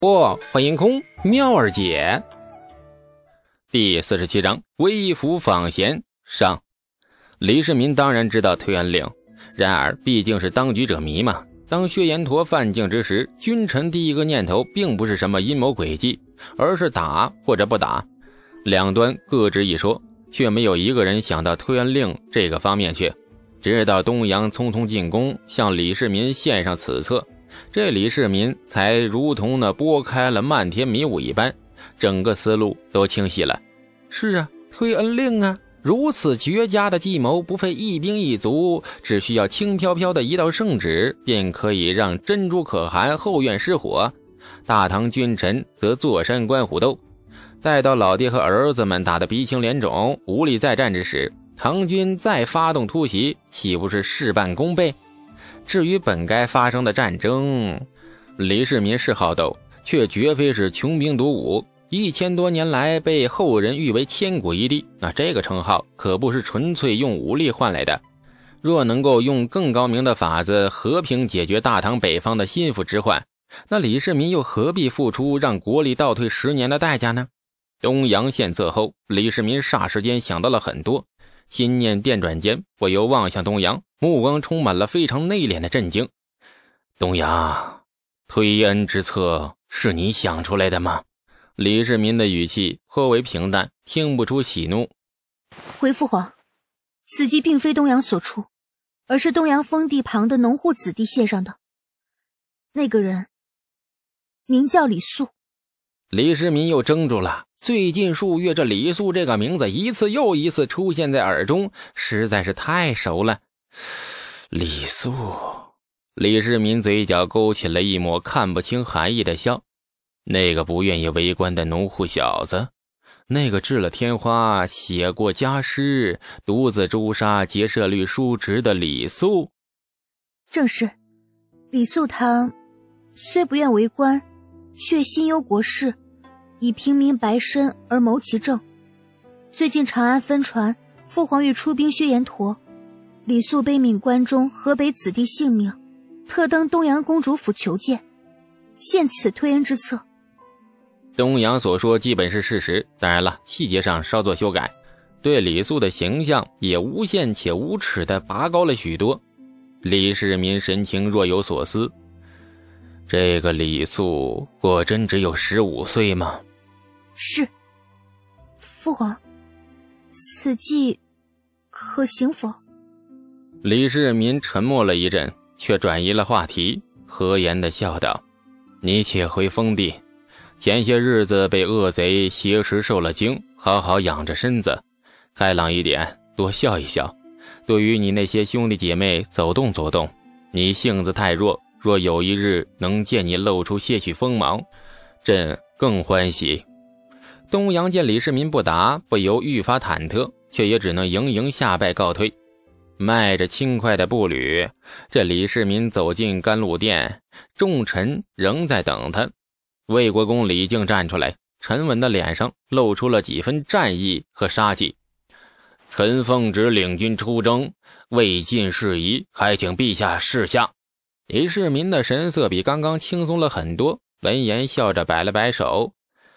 欢迎空妙儿姐。第47章微服访贤上。李世民当然知道推恩令，然而毕竟是当局者迷嘛。当薛延陀犯境之时，君臣第一个念头并不是什么阴谋诡计，而是打或者不打，两端各执一说，却没有一个人想到推恩令这个方面去。直到东阳匆匆进宫，向李世民献上此策，这李世民才如同拨开了漫天迷雾一般，整个思路都清晰了。是啊，推恩令啊，如此绝佳的计谋，不费一兵一卒，只需要轻飘飘的一道圣旨，便可以让珍珠可汗后院失火，大唐君臣则坐山观虎斗。待到老爹和儿子们打得鼻青脸肿，无力再战之时，唐军再发动突袭，岂不是事半功倍？至于本该发生的战争，李世民是好斗，却绝非是穷兵黩武，1000多年来被后人誉为千古一帝，那这个称号可不是纯粹用武力换来的。若能够用更高明的法子和平解决大唐北方的心腹之患，那李世民又何必付出让国力倒退10年的代价呢？东阳献策后，李世民霎时间想到了很多，心念电转间，不由望向东阳，目光充满了非常内敛的震惊。东阳，推恩之策是你想出来的吗？李世民的语气颇为平淡，听不出喜怒。 回父皇，此计并非东阳所出，而是东阳封地旁的农户子弟献上的。那个人名叫李肃。 李世民又怔住了，最近数月这李肃这个名字一次又一次出现在耳中，实在是太熟了。李肃，李世民嘴角勾起了一抹看不清含义的笑。那个不愿意为官的农户小子，那个治了天花，写过家诗，独自诛杀结社律叔侄的李肃。 正是，李肃他虽不愿为官，却心忧国事，以平民白身而谋其政。最近长安分传父皇欲出兵薛延陀，李肃悲悯关中河北子弟性命，特登东阳公主府求见，献此推恩之策。 东阳所说基本是事实，当然了，细节上稍作修改，对李肃的形象也无限且无耻地拔高了许多。李世民神情若有所思，这个李肃果真只有15岁吗？ 是。父皇，此计可行否？ 李世民沉默了一阵，却转移了话题，和颜地笑道：你且回封地，前些日子被恶贼挟持受了惊，好好养着身子，开朗一点，多笑一笑。对于你那些兄弟姐妹走动走动，你性子太弱，若有一日能见你露出些许锋芒，朕更欢喜。东阳见李世民不答，不由愈发忐忑，却也只能盈下拜告退。迈着轻快的步履，这李世民走进甘露殿，众臣仍在等他。魏国公李靖站出来，沉稳的脸上露出了几分战意和杀气。臣奉旨领军出征，未尽事宜，还请陛下示下。李世民的神色比刚刚轻松了很多，闻言笑着摆了摆手。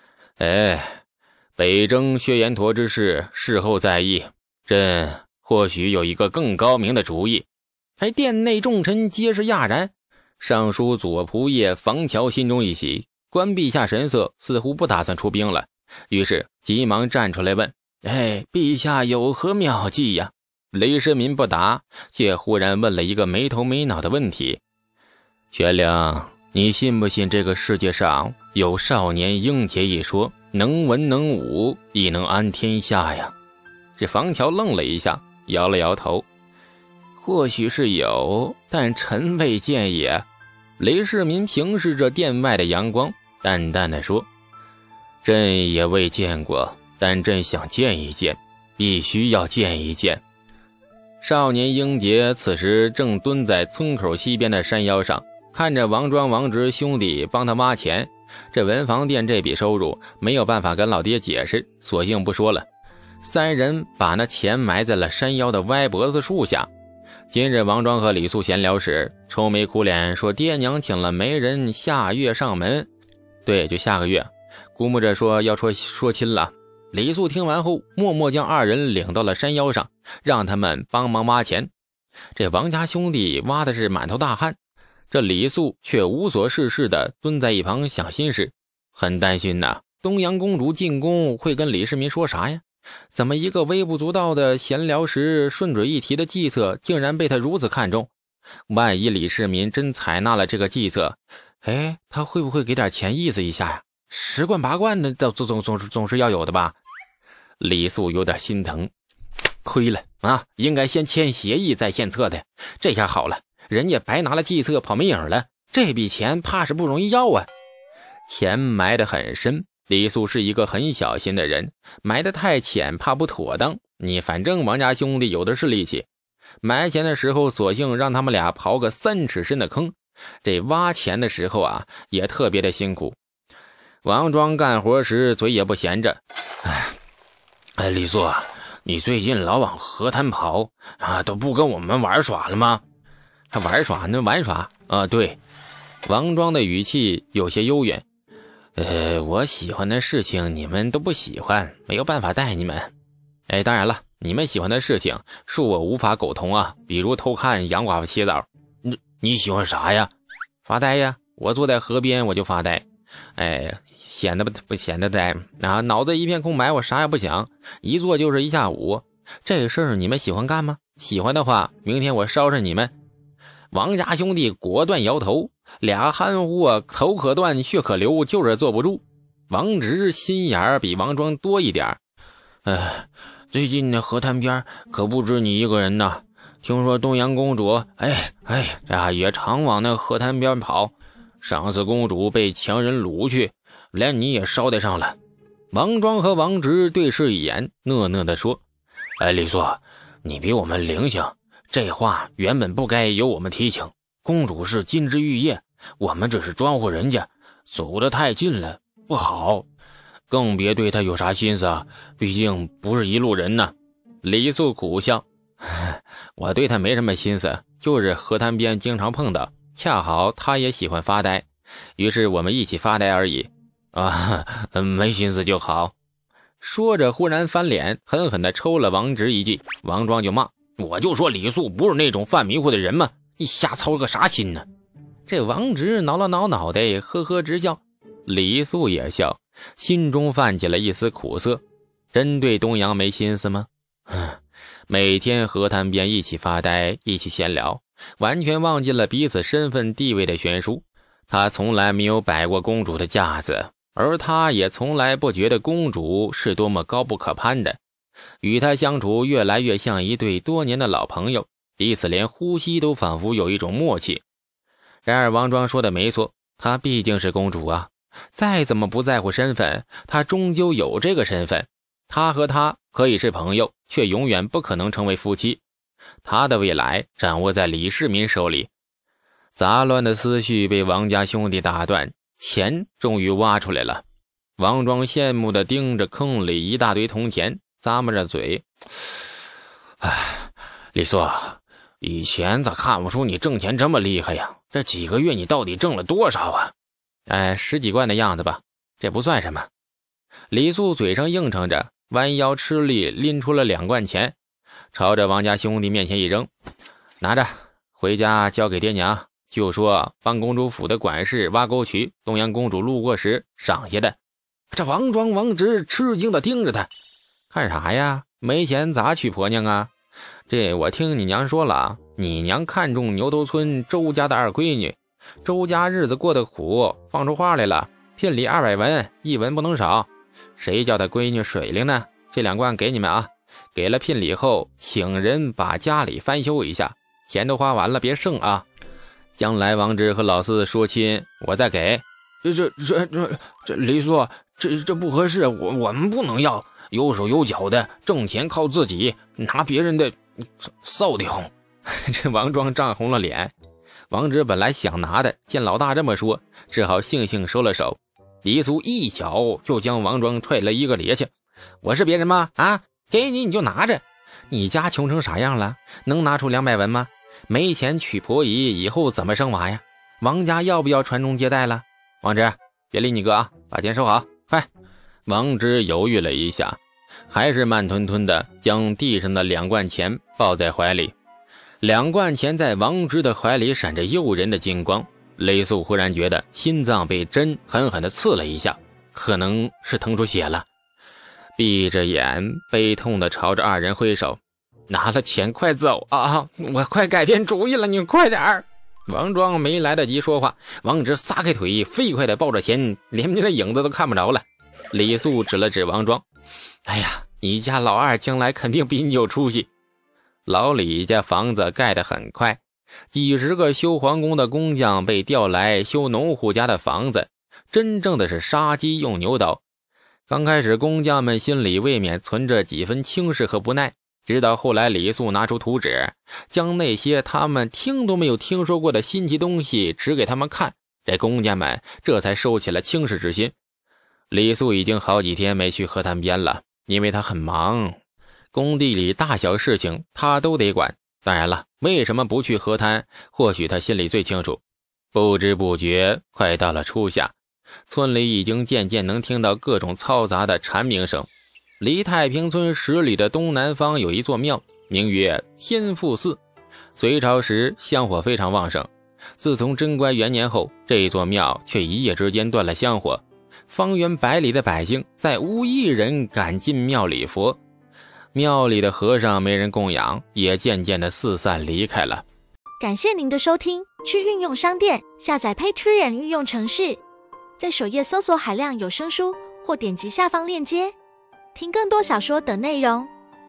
北征薛延陀之事，事后再议，朕或许有一个更高明的主意。殿内众臣皆是讶然，尚书左仆射房乔心中一喜，观陛下神色似乎不打算出兵了，于是急忙站出来问：陛下有何妙计呀？李世民不答，却忽然问了一个没头没脑的问题：玄良，你信不信这个世界上有少年英杰一说，能文能武，亦能安天下呀？这房乔愣了一下，摇了摇头：或许是有，但臣未见也。李世民平视着殿外的阳光，淡淡地说：朕也未见过，但朕想见一见，必须要见一见。少年英杰此时正蹲在村口西边的山腰上，看着王庄王侄兄弟帮他挖钱。这文房店这笔收入没有办法跟老爹解释，索性不说了。三人把那钱埋在了山腰的歪脖子树下。今日王庄和李肃闲聊时，愁眉苦脸说爹娘请了媒人下月上门， 对，就下个月，估摸着说要说亲了。李素听完后，默默将二人领到了山腰上，让他们帮忙挖钱。这王家兄弟挖的是满头大汗，这李素却无所事事地蹲在一旁想心事，很担心呐，东阳公主进宫会跟李世民说啥呀？怎么一个微不足道的闲聊时顺嘴一提的计策，竟然被他如此看重？万一李世民真采纳了这个计策，他会不会给点钱意思一下呀？10贯8贯的总是要有的吧？李素有点心疼，亏了啊！应该先签协议再献策的，这下好了，人家白拿了计策跑没影了，这笔钱怕是不容易要啊！钱埋得很深，李素是一个很小心的人，埋得太浅怕不妥当。你反正王家兄弟有的是力气，埋钱的时候索性让他们俩刨个3尺深的坑，这挖钱的时候啊也特别的辛苦。王庄干活时嘴也不闲着，李素啊，你最近老往河滩跑啊，都不跟我们玩耍了吗？还玩耍呢？玩耍啊？对。王庄的语气有些幽怨。我喜欢的事情你们都不喜欢，没有办法带你们。当然了，你们喜欢的事情恕我无法苟同啊，比如偷看杨寡妇洗澡。你喜欢啥呀？发呆呀，我坐在河边我就发呆。显得不显得呆啊？脑子一片空白，我啥也不想，一坐就是一下午。这事儿你们喜欢干吗？喜欢的话，明天我捎上你们。王家兄弟果断摇头，俩憨货头可断血可流，就是坐不住。王直心眼儿比王庄多一点。最近那河滩边可不止你一个人呐，听说东阳公主也常往那河滩边跑，上次公主被强人掳去，连你也捎带上了。王庄和王直对视一眼，讷讷地说，李素，你比我们灵性，这话原本不该由我们提醒，公主是金枝玉叶，我们只是装呼人家，走得太近了不好，更别对她有啥心思啊，毕竟不是一路人呢。李素苦笑，我对她没什么心思，就是河滩边经常碰到，恰好她也喜欢发呆，于是我们一起发呆而已。没心思就好。说着忽然翻脸，狠狠地抽了王直一记。王庄就骂，我就说李素不是那种犯迷糊的人嘛，你瞎操个啥心呢？这王直挠了挠脑袋，呵呵直笑。李素也笑，心中泛起了一丝苦涩。真对东阳没心思吗？每天河滩边一起发呆，一起闲聊，完全忘记了彼此身份地位的悬殊。他从来没有摆过公主的架子，而他也从来不觉得公主是多么高不可攀的。与他相处越来越像一对多年的老朋友，彼此连呼吸都仿佛有一种默契。然而王庄说的没错，她毕竟是公主啊，再怎么不在乎身份，她终究有这个身份。他和她可以是朋友，却永远不可能成为夫妻。他的未来掌握在李世民手里。杂乱的思绪被王家兄弟打断，钱终于挖出来了。王庄羡慕地盯着坑里一大堆铜钱，咂摸着嘴，李素，以前咋看不出你挣钱这么厉害呀？这几个月你到底挣了多少啊？10几贯的样子吧，这不算什么。李素嘴上应承着，弯腰吃力拎出了2贯钱，朝着王家兄弟面前一扔，拿着回家交给爹娘，就说帮公主府的管事挖沟渠，东阳公主路过时赏下的。这王庄王直吃惊地盯着他，看啥呀？没钱咋娶婆娘啊？这我听你娘说了，你娘看中牛头村周家的2闺女，周家日子过得苦，放出话来了，聘礼200文，1文不能少。谁叫他闺女水灵呢？这2贯给你们啊，给了聘礼后，请人把家里翻修一下，钱都花完了，别剩啊。将来王直和老四说亲，我再给。这李素，这不合适，我们不能要，有手有脚的，挣钱靠自己，拿别人的臊得慌。这王庄涨红了脸。王直本来想拿的，见老大这么说，只好悻悻收了手。李素一脚就将王庄踹了一个趔趄。我是别人吗？给你就拿着，你家穷成啥样了？能拿出200文吗？没钱娶婆姨，以后怎么生娃呀？王家要不要传宗接代了？王直， 别理你哥啊，把钱收好，快！王直犹豫了一下，还是慢吞吞的将地上的2罐钱抱在怀里。2罐钱在王直的怀里闪着诱人的金光，雷素忽然觉得心脏被针狠狠地刺了一下，可能是疼出血了。闭着眼，悲痛地朝着2人挥手：“拿了钱快走啊！我快改变主意了，你快点儿！”王庄没来得及说话，王直撒开腿，飞快地抱着钱，连你的影子都看不着了。李素指了指王庄：“哎呀，你家老二将来肯定比你有出息。”老李家房子盖得很快，几十个修皇宫的工匠被调来修农户家的房子，真正的是杀鸡用牛刀。刚开始工匠们心里未免存着几分轻视和不耐，直到后来李素拿出图纸，将那些他们听都没有听说过的新奇东西指给他们看，这工匠们这才收起了轻视之心。李素已经好几天没去河滩边了，因为他很忙，工地里大小事情他都得管。当然了，为什么不去河滩，或许他心里最清楚。不知不觉快到了初夏，村里已经渐渐能听到各种嘈杂的蝉鸣声。离太平村10里的东南方有一座庙，名曰天父寺。隋朝时香火非常旺盛，自从贞观元年后，这座庙却一夜之间断了香火，方圆100里的百姓再无一人敢进庙礼佛，庙里的和尚没人供养，也渐渐的四散离开了。 感谢您的收听，去运用商店下载 Patreon 运用程式，在首页搜索海量有声书，或点击下方链接听更多小说等内容。